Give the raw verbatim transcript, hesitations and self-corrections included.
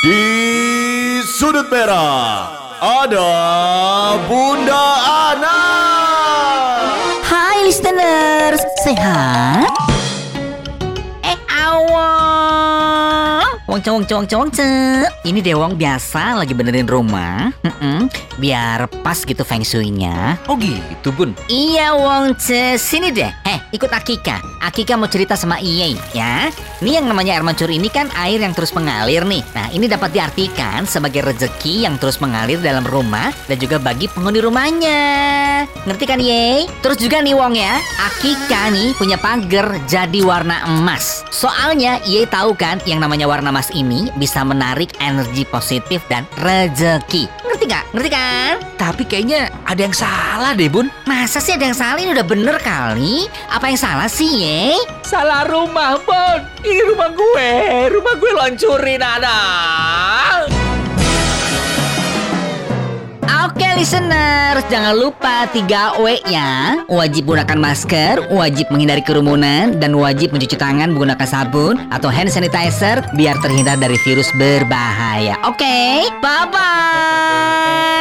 Di sudut merah ada Bunda Ana. Hai listeners, sehat? Eh awal Wong cowong cowong cowong cek. Ini Dewong biasa lagi benerin rumah, Mm-mm. biar pas gitu feng shui-nya. Oh gitu Bun. Iya Wong Ce, sini deh. Eh, ikut Akika. Akika mau cerita sama Iye ya. Nih yang namanya air mancur ini kan air yang terus mengalir nih. Nah, ini dapat diartikan sebagai rezeki yang terus mengalir dalam rumah dan juga bagi penghuni rumahnya. Ngerti kan Iye? Terus juga nih Wong ya, Akika nih punya pagar jadi warna emas. Soalnya Iye tahu kan yang namanya warna emas ini bisa menarik energi positif dan rezeki. Ngerti gak? Ngerti kan? Tapi kayaknya ada yang salah deh Bun. Masa sih ada yang salah? Ini udah bener kali. Apa yang salah sih, Ye? Salah rumah Bun. Ini rumah gue. Rumah gue lo hancurin ada. Oke listeners, jangan lupa tiga W ya. Wajib gunakan masker, wajib menghindari kerumunan, dan wajib mencuci tangan menggunakan sabun atau hand sanitizer biar terhindar dari virus berbahaya. Oke, bye-bye.